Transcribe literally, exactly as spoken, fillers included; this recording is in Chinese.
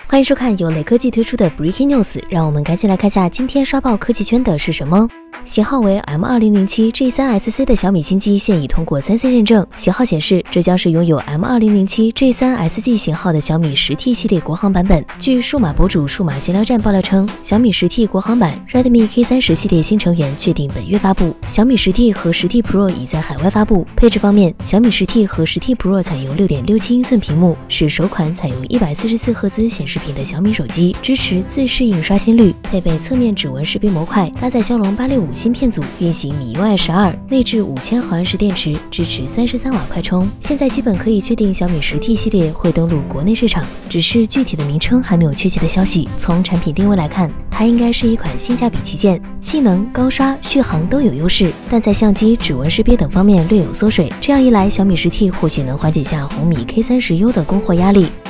欢迎收看由雷科技推出的 Breaking News， 让我们赶紧来看下今天刷爆科技圈的是什么。型号为 M 二零零七 G 三 S C 的小米新机现已通过 三 C 认证，型号显示这将是拥有 M 二零零七 G 三 S G 型号的小米 十 T 系列国行版本。据数码博主数码闲聊站爆料称，小米 十 T 国行版 Redmi K 三十 系列新成员确定本月发布，小米 十 T 和 十 T Pro 已在海外发布。配置方面，小米 十 T 和 十 T Pro 采用 六点六七英寸屏幕，是首款采用一百四十四赫兹显示屏的小米手机，支持自适应刷新率，配备侧面指纹识别模块，搭载骁龙八六五芯片组，运行米 U I 十二，内置五千毫安时电池，支持三十三瓦快充。现在基本可以确定小米 十 T 系列会登陆国内市场，只是具体的名称还没有确切的消息。从产品定位来看，它应该是一款性价比旗舰，性能、高刷、续航都有优势，但在相机、指纹识别等方面略有缩水。这样一来，小米 十 T 或许能缓解下红米 K 三十 U 的供货压力。